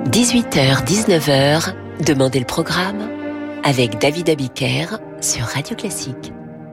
18h-19h, Demandez le programme avec David Abiker sur Radio Classique.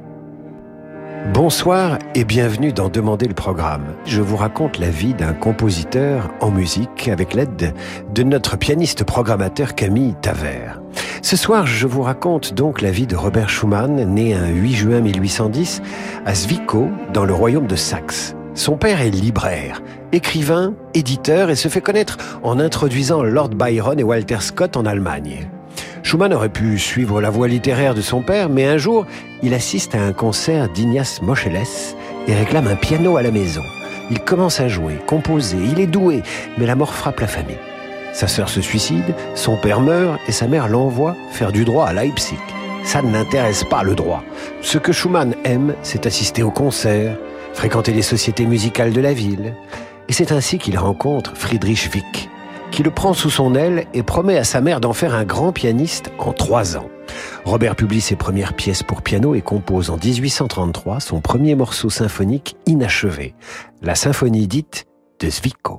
Bonsoir et bienvenue dans Demandez le programme. Je vous raconte la vie d'un compositeur en musique avec l'aide de notre pianiste programmateur Camille Tavert. Ce soir, je vous raconte donc la vie de Robert Schumann, né un 8 juin 1810 à Zwickau, dans le royaume de Saxe. Son père est libraire, écrivain, éditeur et se fait connaître en introduisant Lord Byron et Walter Scott en Allemagne. Schumann aurait pu suivre la voie littéraire de son père, mais un jour, il assiste à un concert d'Ignaz Moscheles et réclame un piano à la maison. Il commence à jouer, composer, il est doué, mais la mort frappe la famille. Sa sœur se suicide, son père meurt et sa mère l'envoie faire du droit à Leipzig. Ça ne l'intéresse pas, le droit. Ce que Schumann aime, c'est assister aux concerts, fréquenter les sociétés musicales de la ville. Et c'est ainsi qu'il rencontre Friedrich Wieck, qui le prend sous son aile et promet à sa mère d'en faire un grand pianiste en 3 ans. Robert publie ses premières pièces pour piano et compose en 1833 son premier morceau symphonique inachevé, la symphonie dite de Zwickau.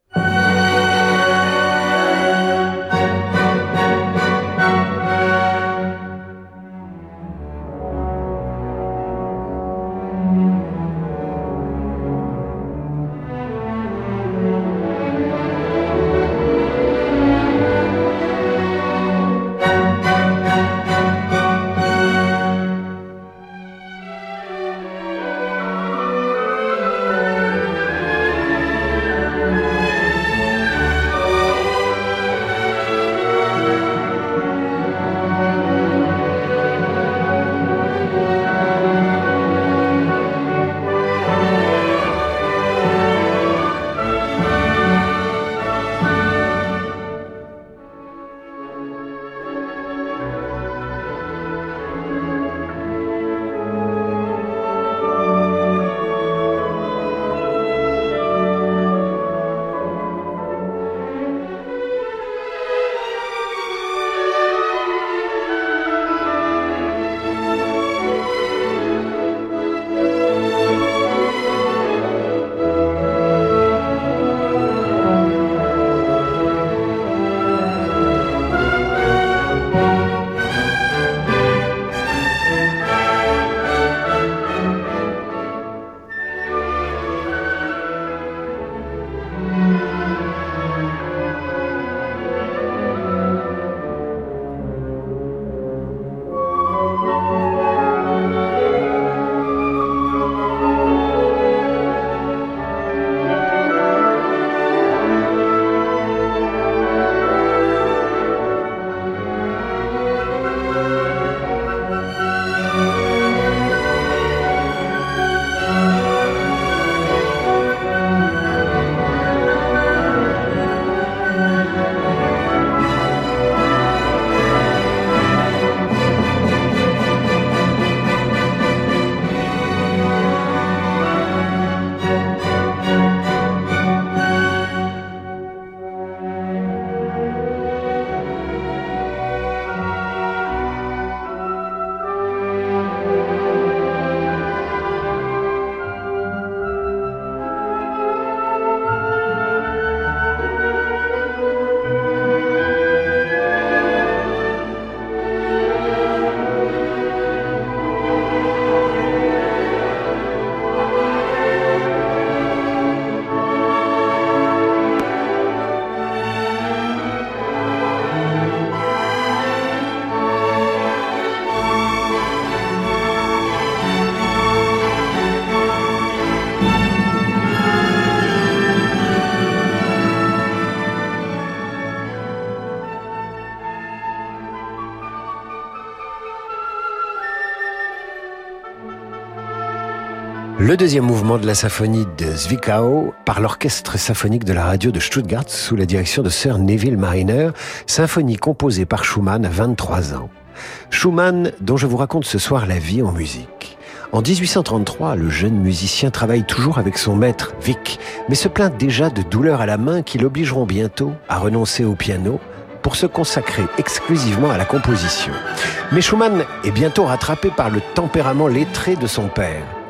Le deuxième mouvement de la symphonie de Zwickau par l'orchestre symphonique de la radio de Stuttgart sous la direction de Sir Neville Marriner, symphonie composée par Schumann à 23 ans. Schumann, dont je vous raconte ce soir la vie en musique. En 1833, le jeune musicien travaille toujours avec son maître, Wieck, mais se plaint déjà de douleurs à la main qui l'obligeront bientôt à renoncer au piano pour se consacrer exclusivement à la composition. Mais Schumann est bientôt rattrapé par le tempérament lettré de son père.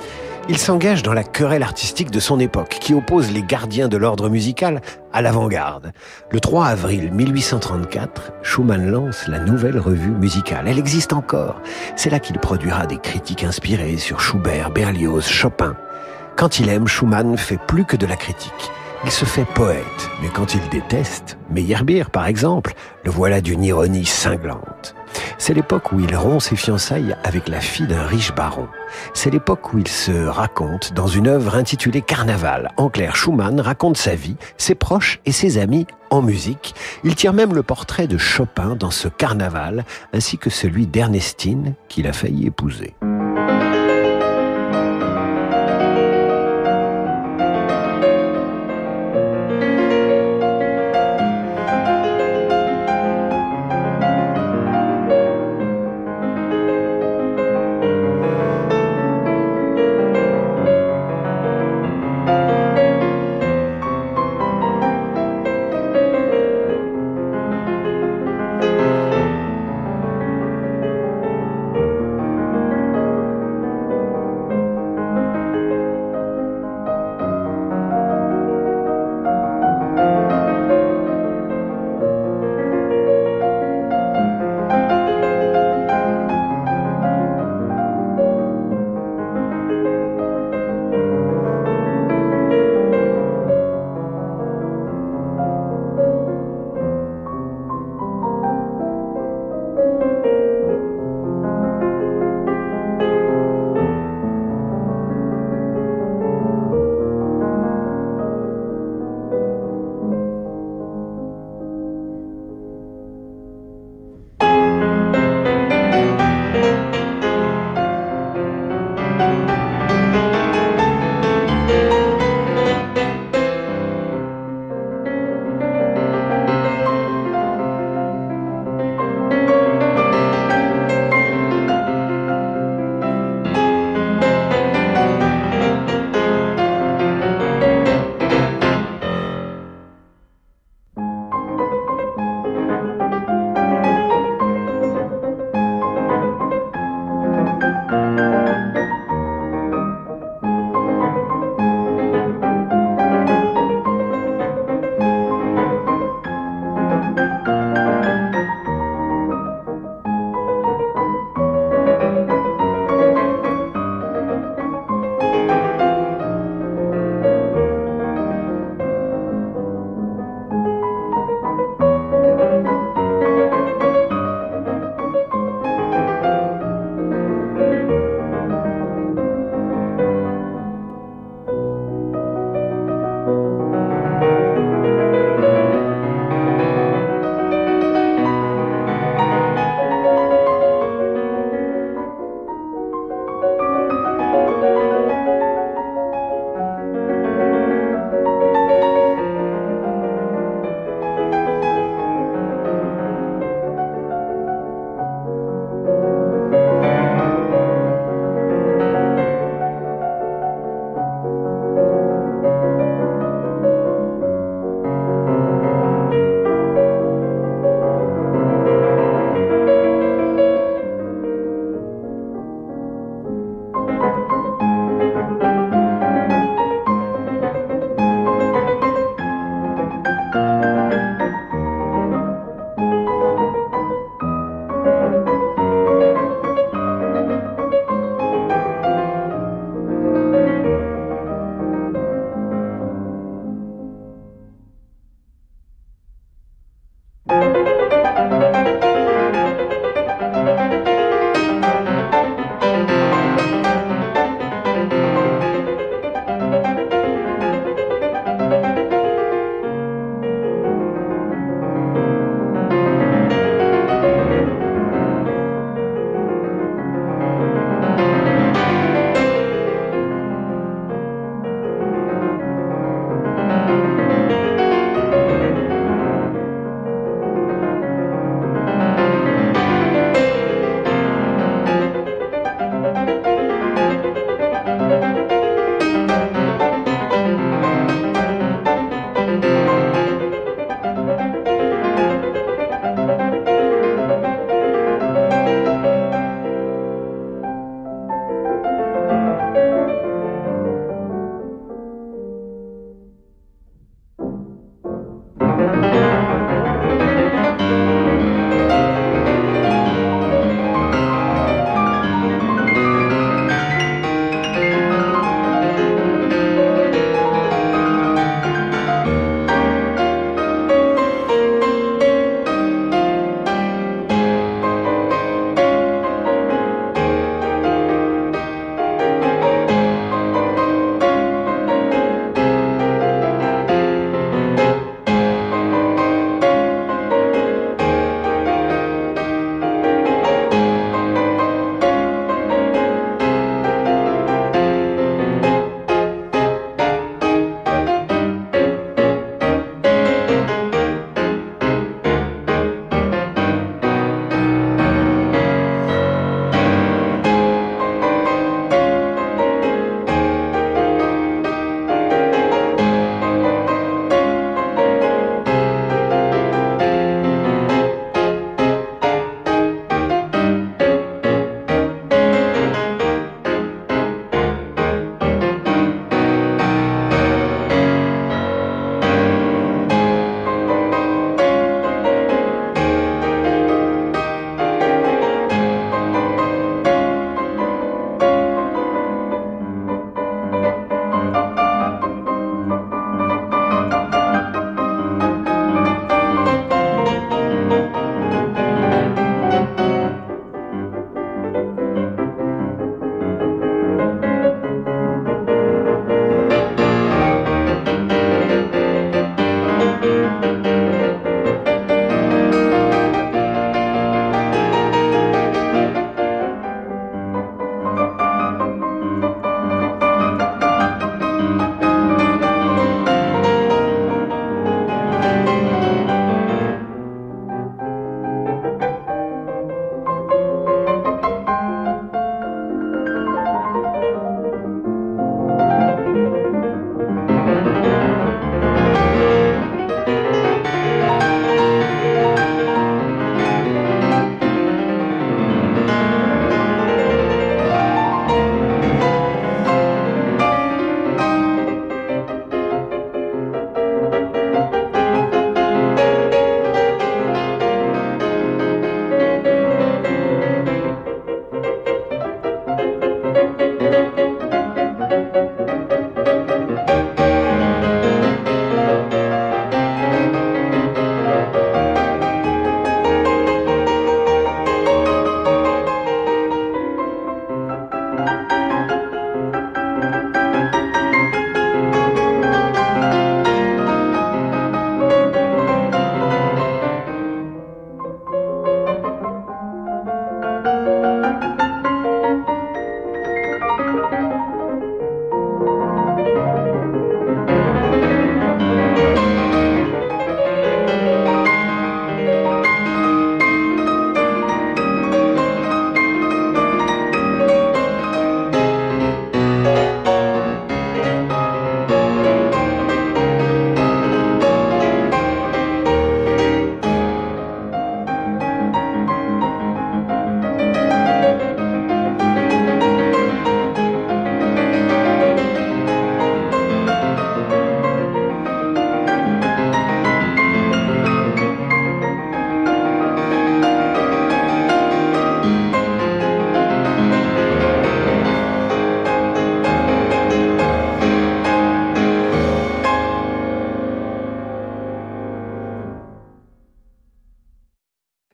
Il s'engage dans la querelle artistique de son époque, qui oppose les gardiens de l'ordre musical à l'avant-garde. Le 3 avril 1834, Schumann lance la nouvelle revue musicale. Elle existe encore. C'est là qu'il produira des critiques inspirées sur Schubert, Berlioz, Chopin. Quand il aime, Schumann fait plus que de la critique. Il se fait poète, mais quand il déteste, Meyerbeer par exemple, le voilà d'une ironie cinglante. C'est l'époque où il rompt ses fiançailles avec la fille d'un riche baron. C'est l'époque où il se raconte dans une œuvre intitulée Carnaval. En clair, Schumann raconte sa vie, ses proches et ses amis en musique. Il tire même le portrait de Chopin dans ce Carnaval, ainsi que celui d'Ernestine qu'il a failli épouser.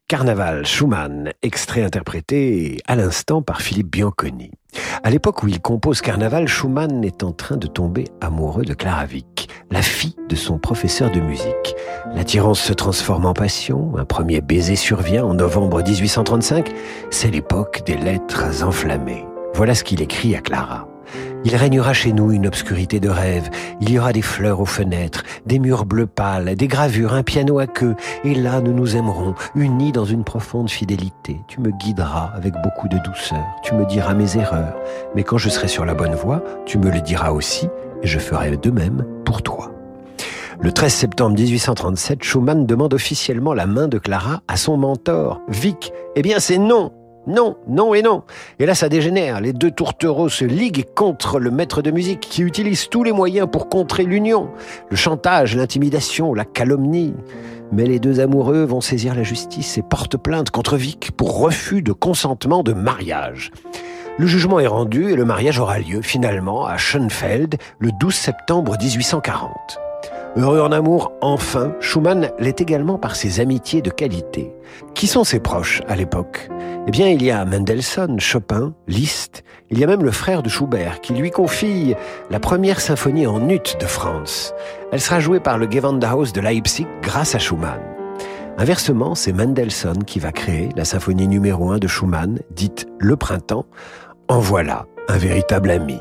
Carnaval, Schumann, extrait interprété à l'instant par Philippe Bianconi. À l'époque où il compose Carnaval, Schumann est en train de tomber amoureux de Clara Wieck, la fille de son professeur de musique. L'attirance se transforme en passion, un premier baiser survient en novembre 1835, c'est l'époque des lettres enflammées. Voilà ce qu'il écrit à Clara. Il régnera chez nous une obscurité de rêve. Il y aura des fleurs aux fenêtres, des murs bleu pâle, des gravures, un piano à queue. Et là, nous nous aimerons, unis dans une profonde fidélité. Tu me guideras avec beaucoup de douceur. Tu me diras mes erreurs. Mais quand je serai sur la bonne voie, tu me le diras aussi, et je ferai de même pour toi. Le 13 septembre 1837, Schumann demande officiellement la main de Clara à son mentor, Wieck. Eh bien, c'est non! Non, non et non. Et là, ça dégénère. Les deux tourtereaux se liguent contre le maître de musique qui utilise tous les moyens pour contrer l'union. Le chantage, l'intimidation, la calomnie. Mais les deux amoureux vont saisir la justice et portent plainte contre Wieck pour refus de consentement de mariage. Le jugement est rendu et le mariage aura lieu finalement à Schönfeld le 12 septembre 1840. Heureux en amour, enfin, Schumann l'est également par ses amitiés de qualité. Qui sont ses proches à l'époque ? Eh bien, il y a Mendelssohn, Chopin, Liszt, il y a même le frère de Schubert qui lui confie la première symphonie en ut de Franz. Elle sera jouée par le Gewandhaus de Leipzig grâce à Schumann. Inversement, c'est Mendelssohn qui va créer la symphonie numéro 1 de Schumann, dite Le Printemps. En voilà un véritable ami.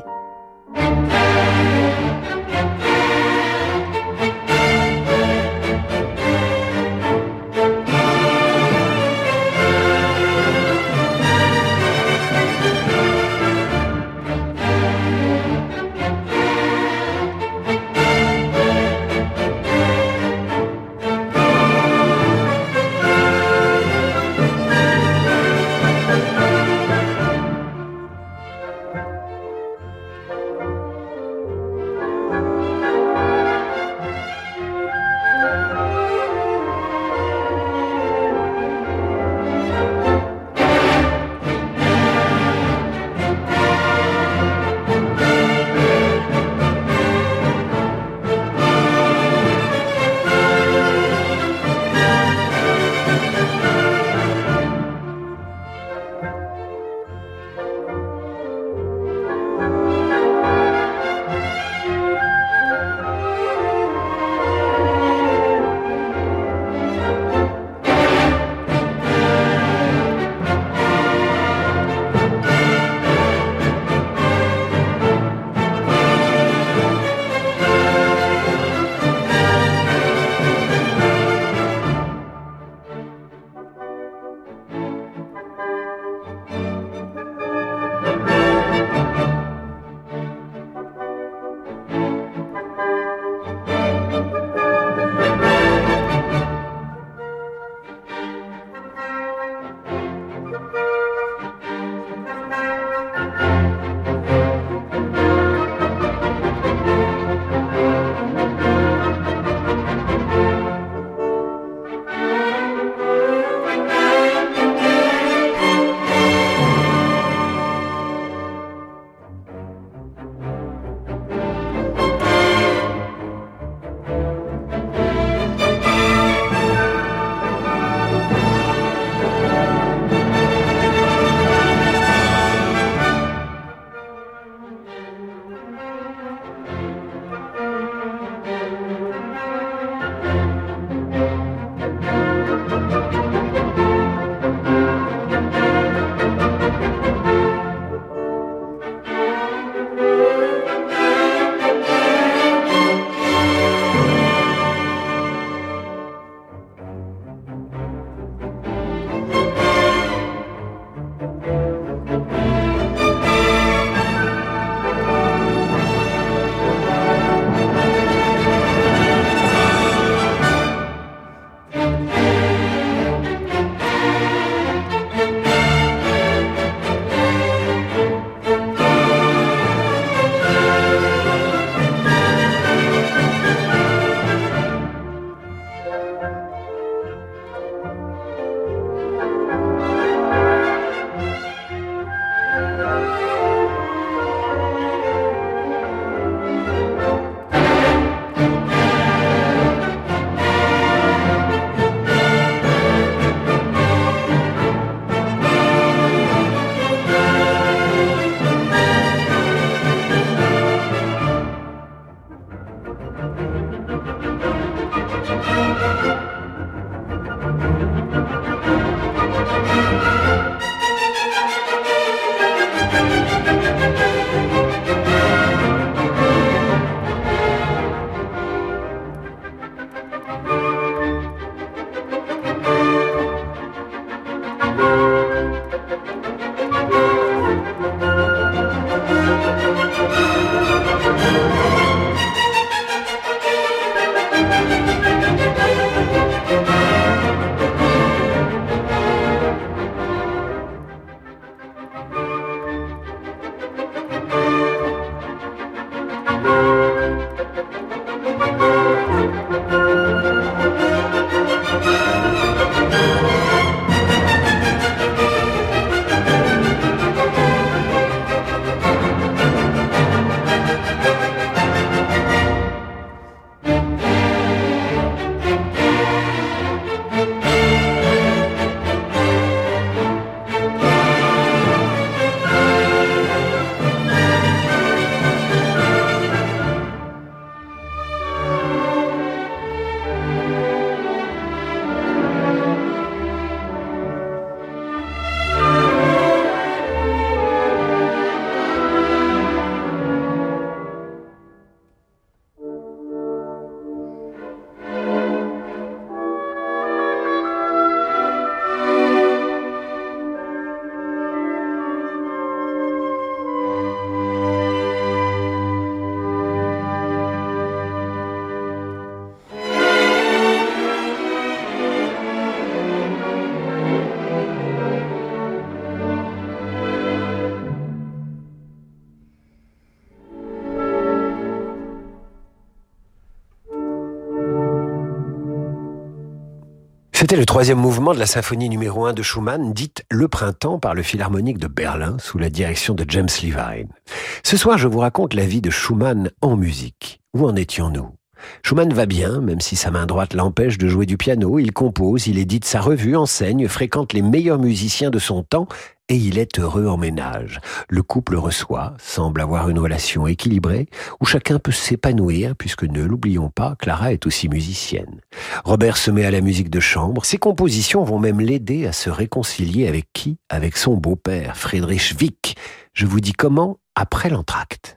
C'était le troisième mouvement de la symphonie numéro 1 de Schumann, dite Le Printemps par le Philharmonique de Berlin, sous la direction de James Levine. Ce soir, je vous raconte la vie de Schumann en musique. Où en étions-nous ? Schumann va bien, même si sa main droite l'empêche de jouer du piano. Il compose, il édite sa revue, enseigne, fréquente les meilleurs musiciens de son temps et il est heureux en ménage. Le couple reçoit, semble avoir une relation équilibrée où chacun peut s'épanouir puisque, ne l'oublions pas, Clara est aussi musicienne. Robert se met à la musique de chambre. Ses compositions vont même l'aider à se réconcilier avec qui ? Avec son beau-père, Friedrich Wieck. Je vous dis comment après l'entracte.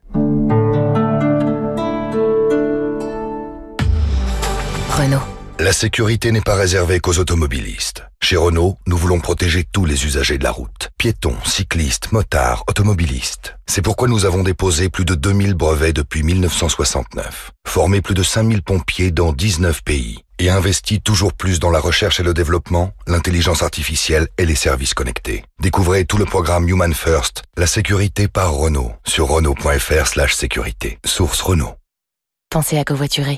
Renault. La sécurité n'est pas réservée qu'aux automobilistes. Chez Renault, nous voulons protéger tous les usagers de la route. Piétons, cyclistes, motards, automobilistes. C'est pourquoi nous avons déposé plus de 2000 brevets depuis 1969, formé plus de 5000 pompiers dans 19 pays et investi toujours plus dans la recherche et le développement, l'intelligence artificielle et les services connectés. Découvrez tout le programme Human First, la sécurité par Renault, sur renault.fr/sécurité. Source Renault. Pensez à covoiturer.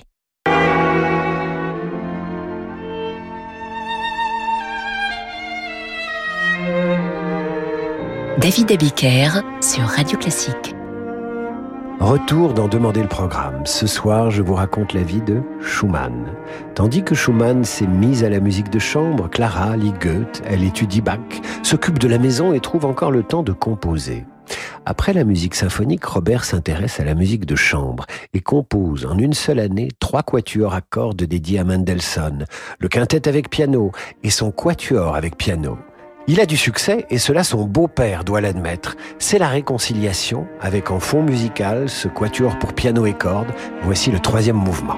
David Abiker sur Radio Classique. Retour dans Demander le programme. Ce soir, je vous raconte la vie de Schumann. Tandis que Schumann s'est mise à la musique de chambre, Clara lit Goethe, elle étudie Bach, s'occupe de la maison et trouve encore le temps de composer. Après la musique symphonique, Robert s'intéresse à la musique de chambre et compose en une seule année 3 quatuors à cordes dédiés à Mendelssohn, le quintet avec piano et son quatuor avec piano. Il a du succès et cela son beau-père doit l'admettre. C'est la réconciliation avec en fond musical ce quatuor pour piano et cordes. Voici le 3e mouvement.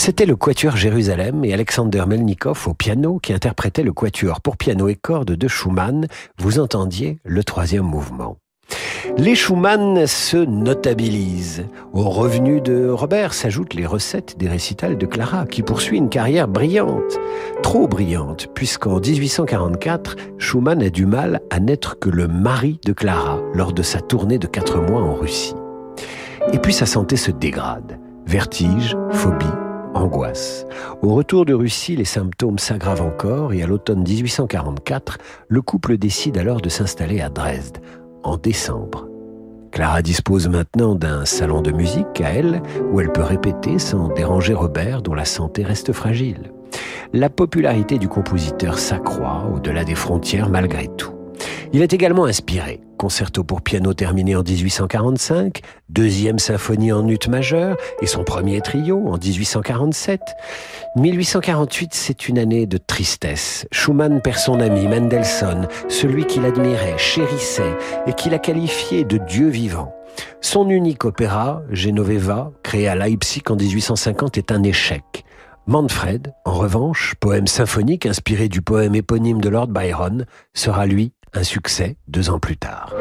C'était le Quatuor Jérusalem et Alexander Melnikov au piano qui interprétait le Quatuor pour piano et cordes de Schumann. Vous entendiez le troisième mouvement. Les Schumann se notabilisent. Aux revenus de Robert s'ajoutent les recettes des récitals de Clara, qui poursuit une carrière brillante. Trop brillante, puisqu'en 1844, Schumann a du mal à n'être que le mari de Clara lors de sa tournée de 4 mois en Russie. Et puis sa santé se dégrade. Vertige, phobie, angoisse. Au retour de Russie, les symptômes s'aggravent encore et à l'automne 1844, le couple décide alors de s'installer à Dresde, en décembre. Clara dispose maintenant d'un salon de musique à elle, où elle peut répéter sans déranger Robert, dont la santé reste fragile. La popularité du compositeur s'accroît au-delà des frontières malgré tout. Il est également inspiré. Concerto pour piano terminé en 1845, deuxième symphonie en ut majeur et son premier trio en 1847. 1848, c'est une année de tristesse. Schumann perd son ami Mendelssohn, celui qu'il admirait, chérissait et qu'il a qualifié de Dieu vivant. Son unique opéra, Genoveva, créé à Leipzig en 1850, est un échec. Manfred, en revanche, poème symphonique inspiré du poème éponyme de Lord Byron, sera lui un succès 2 ans plus tard.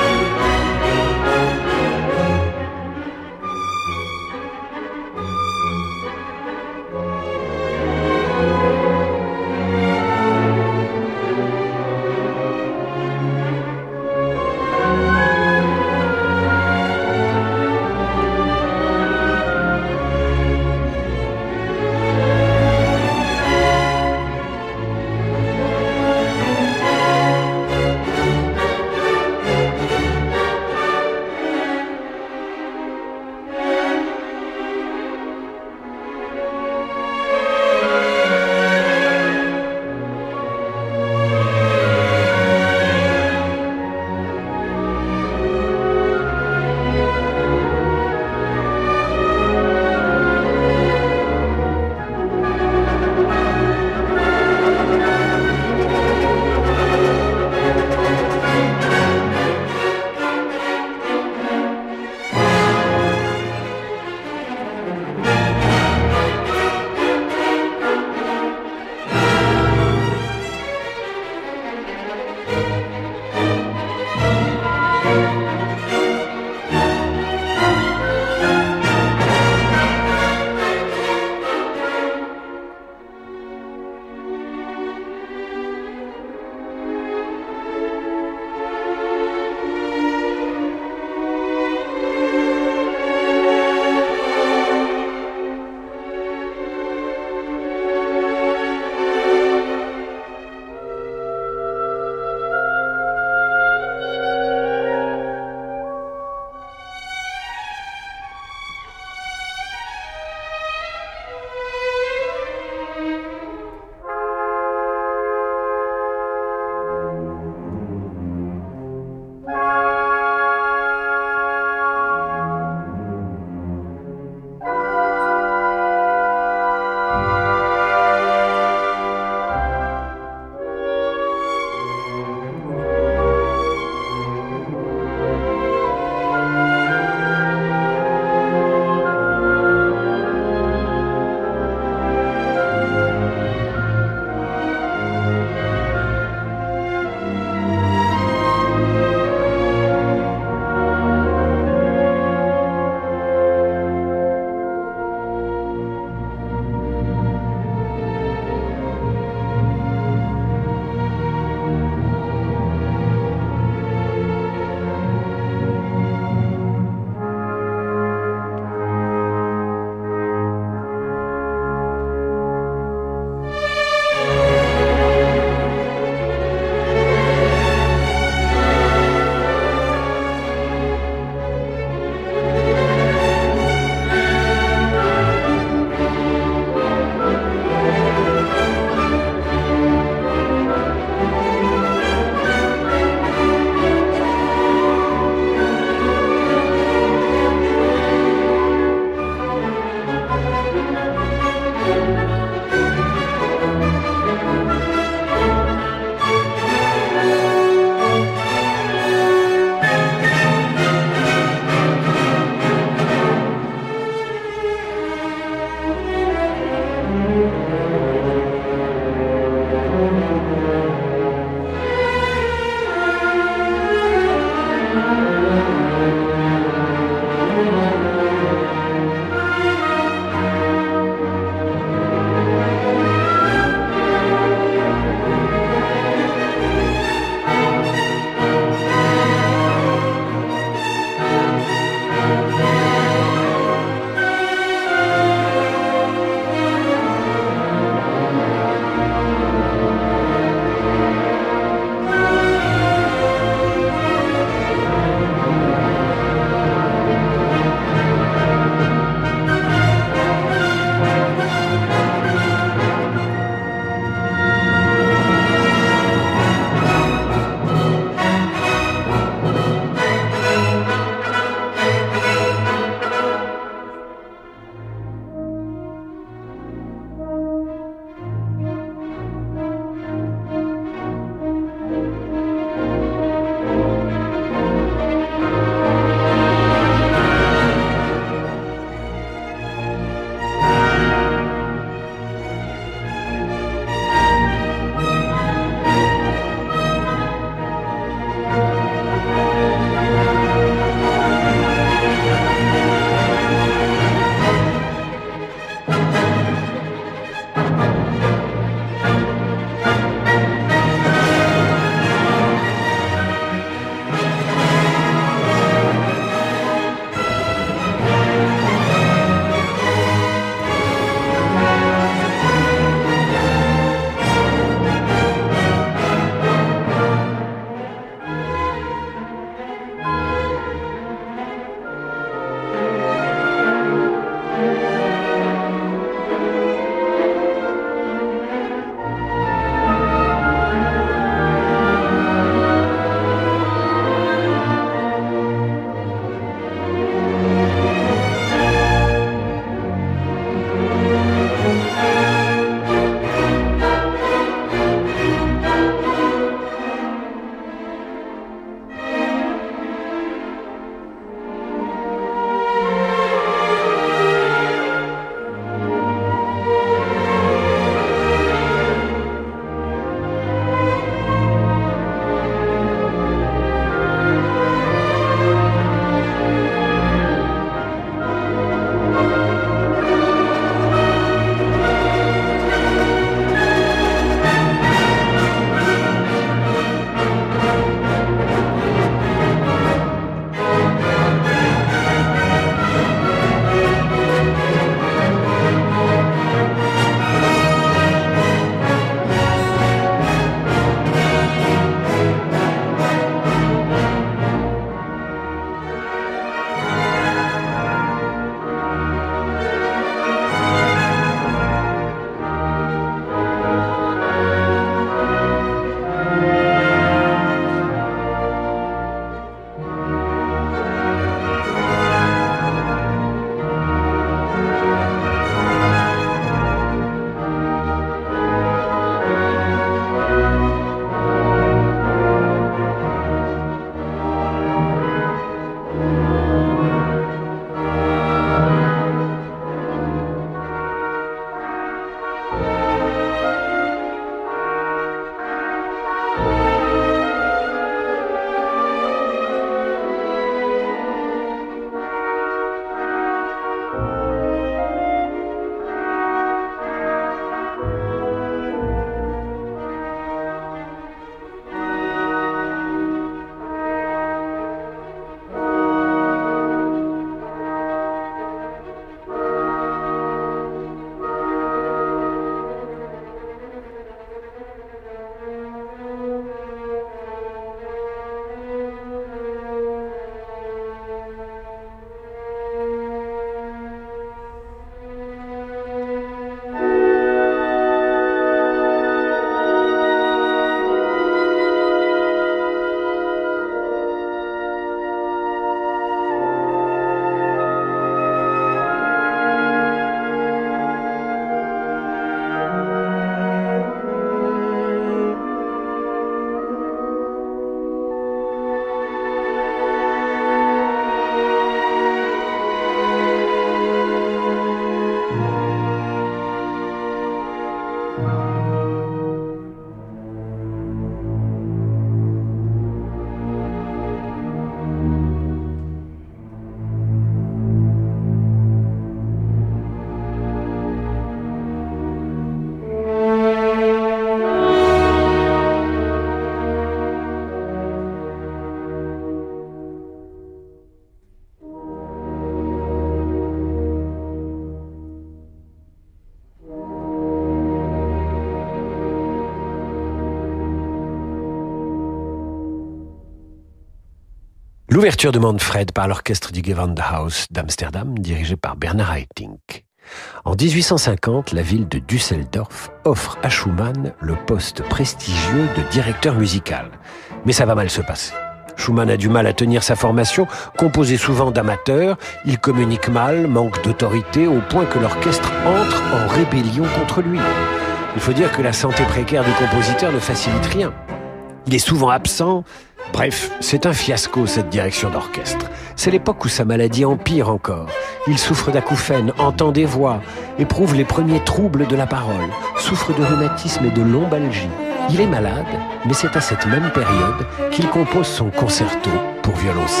L'ouverture de Manfred par l'orchestre du Gewandhaus d'Amsterdam, dirigé par Bernard Haitink. En 1850, la ville de Düsseldorf offre à Schumann le poste prestigieux de directeur musical. Mais ça va mal se passer. Schumann a du mal à tenir sa formation, composé souvent d'amateurs, il communique mal, manque d'autorité, au point que l'orchestre entre en rébellion contre lui. Il faut dire que la santé précaire du compositeur ne facilite rien. Il est souvent absent. Bref, c'est un fiasco cette direction d'orchestre. C'est l'époque où sa maladie empire encore. Il souffre d'acouphènes, entend des voix, éprouve les premiers troubles de la parole, souffre de rhumatisme et de lombalgie. Il est malade, mais c'est à cette même période qu'il compose son concerto pour violoncelle.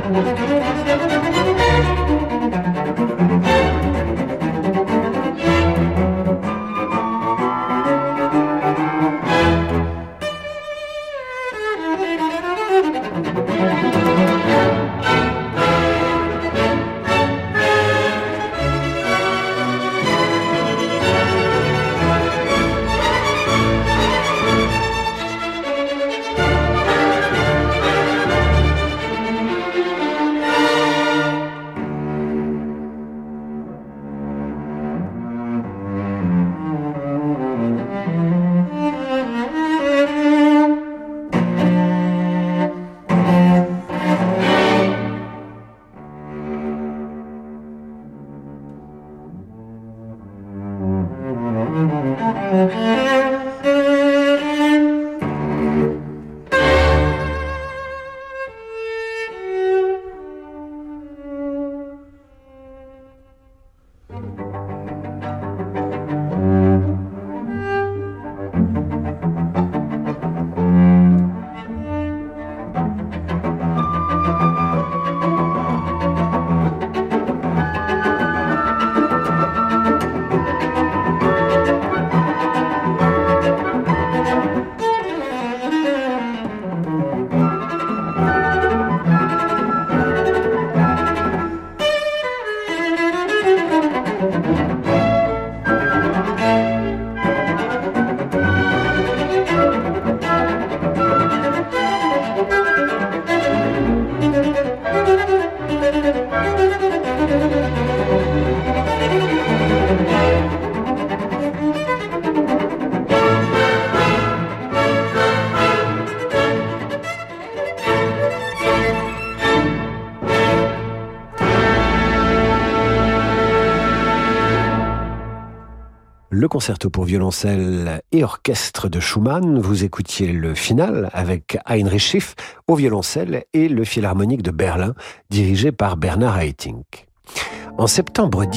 Le concerto pour violoncelle et orchestre de Schumann. Vous écoutiez le final avec Heinrich Schiff au violoncelle et le Philharmonique de Berlin, dirigé par Bernard Haitink. En septembre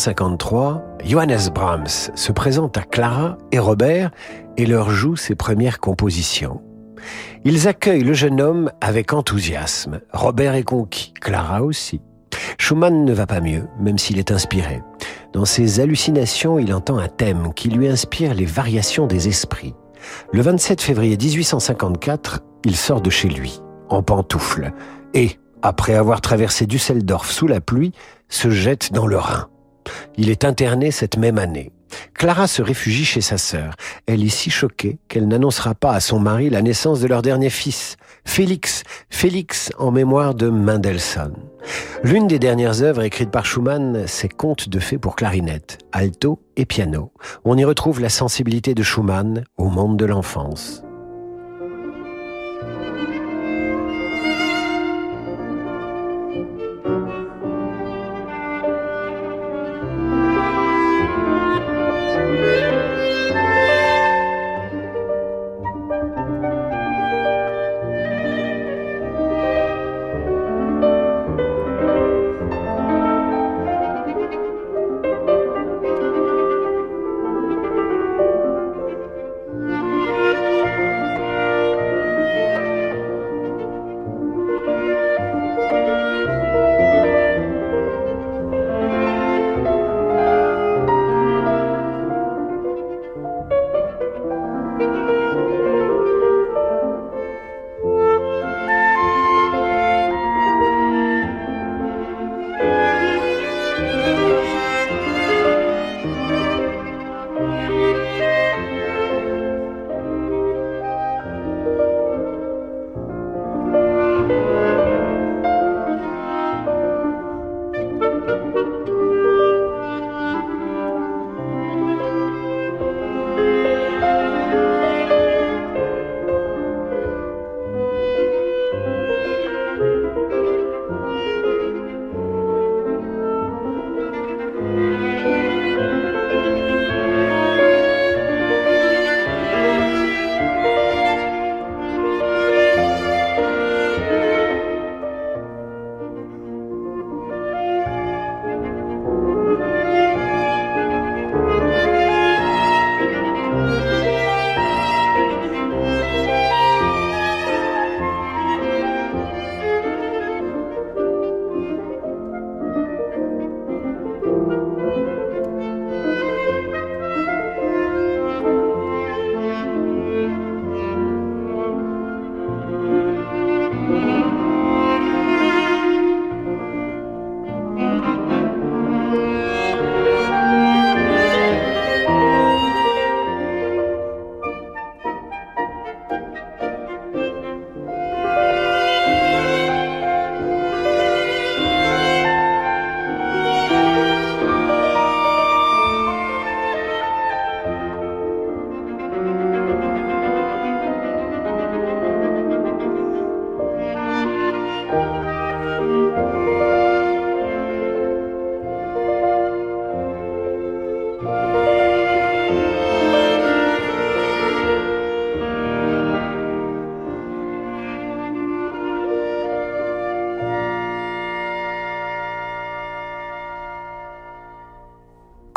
1853, Johannes Brahms se présente à Clara et Robert et leur joue ses premières compositions. Ils accueillent le jeune homme avec enthousiasme. Robert est conquis, Clara aussi. Schumann ne va pas mieux, même s'il est inspiré. Dans ses hallucinations, il entend un thème qui lui inspire les variations des esprits. Le 27 février 1854, il sort de chez lui, en pantoufles, et, après avoir traversé Düsseldorf sous la pluie, se jette dans le Rhin. Il est interné cette même année. Clara se réfugie chez sa sœur. Elle est si choquée qu'elle n'annoncera pas à son mari la naissance de leur dernier fils, Félix en mémoire de Mendelssohn. L'une des dernières œuvres écrites par Schumann, c'est Contes de fées pour clarinette, alto et piano. On y retrouve la sensibilité de Schumann au monde de l'enfance.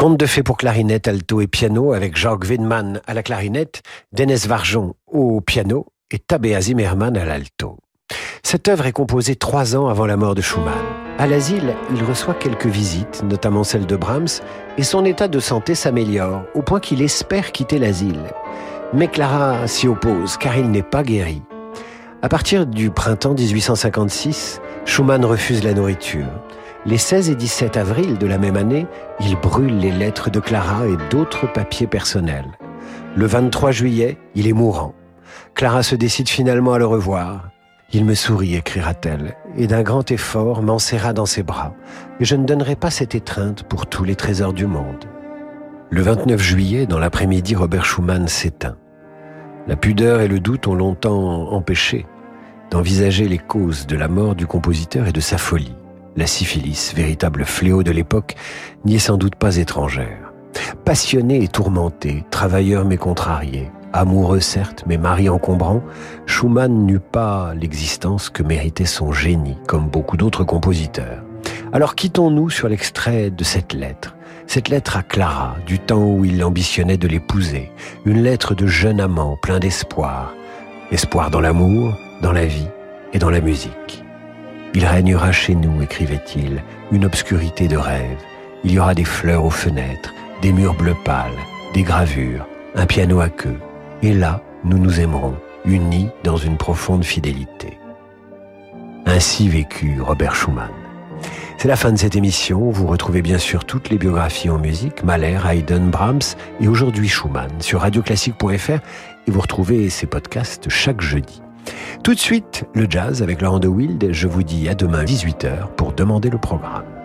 Conte de fées pour clarinette, alto et piano avec Jörg Widmann à la clarinette, Dénes Varjon au piano et Tabea Zimmermann à l'alto. Cette œuvre est composée 3 ans avant la mort de Schumann. À l'asile, il reçoit quelques visites, notamment celle de Brahms, et son état de santé s'améliore, au point qu'il espère quitter l'asile. Mais Clara s'y oppose, car il n'est pas guéri. À partir du printemps 1856, Schumann refuse la nourriture. Les 16 et 17 avril de la même année, il brûle les lettres de Clara et d'autres papiers personnels. Le 23 juillet, il est mourant. Clara se décide finalement à le revoir. « Il me sourit », écrira-t-elle, et d'un grand effort m'enserra dans ses bras. Et je ne donnerai pas cette étreinte pour tous les trésors du monde. Le 29 juillet, dans l'après-midi, Robert Schumann s'éteint. La pudeur et le doute ont longtemps empêché d'envisager les causes de la mort du compositeur et de sa folie. La syphilis, véritable fléau de l'époque, n'y est sans doute pas étrangère. Passionné et tourmenté, travailleur mais contrarié, amoureux certes, mais mari encombrant, Schumann n'eut pas l'existence que méritait son génie, comme beaucoup d'autres compositeurs. Alors quittons-nous sur l'extrait de cette lettre à Clara, du temps où il ambitionnait de l'épouser, une lettre de jeune amant plein d'espoir. Espoir dans l'amour, dans la vie et dans la musique. Il régnera chez nous, écrivait-il, une obscurité de rêve. Il y aura des fleurs aux fenêtres, des murs bleu pâle, des gravures, un piano à queue. Et là, nous nous aimerons, unis dans une profonde fidélité. Ainsi vécut Robert Schumann. C'est la fin de cette émission. Vous retrouvez bien sûr toutes les biographies en musique, Mahler, Haydn, Brahms et aujourd'hui Schumann sur radioclassique.fr et vous retrouvez ces podcasts chaque jeudi. Tout de suite, le jazz avec Laurent de Wild. Je vous dis à demain 18h pour demander le programme.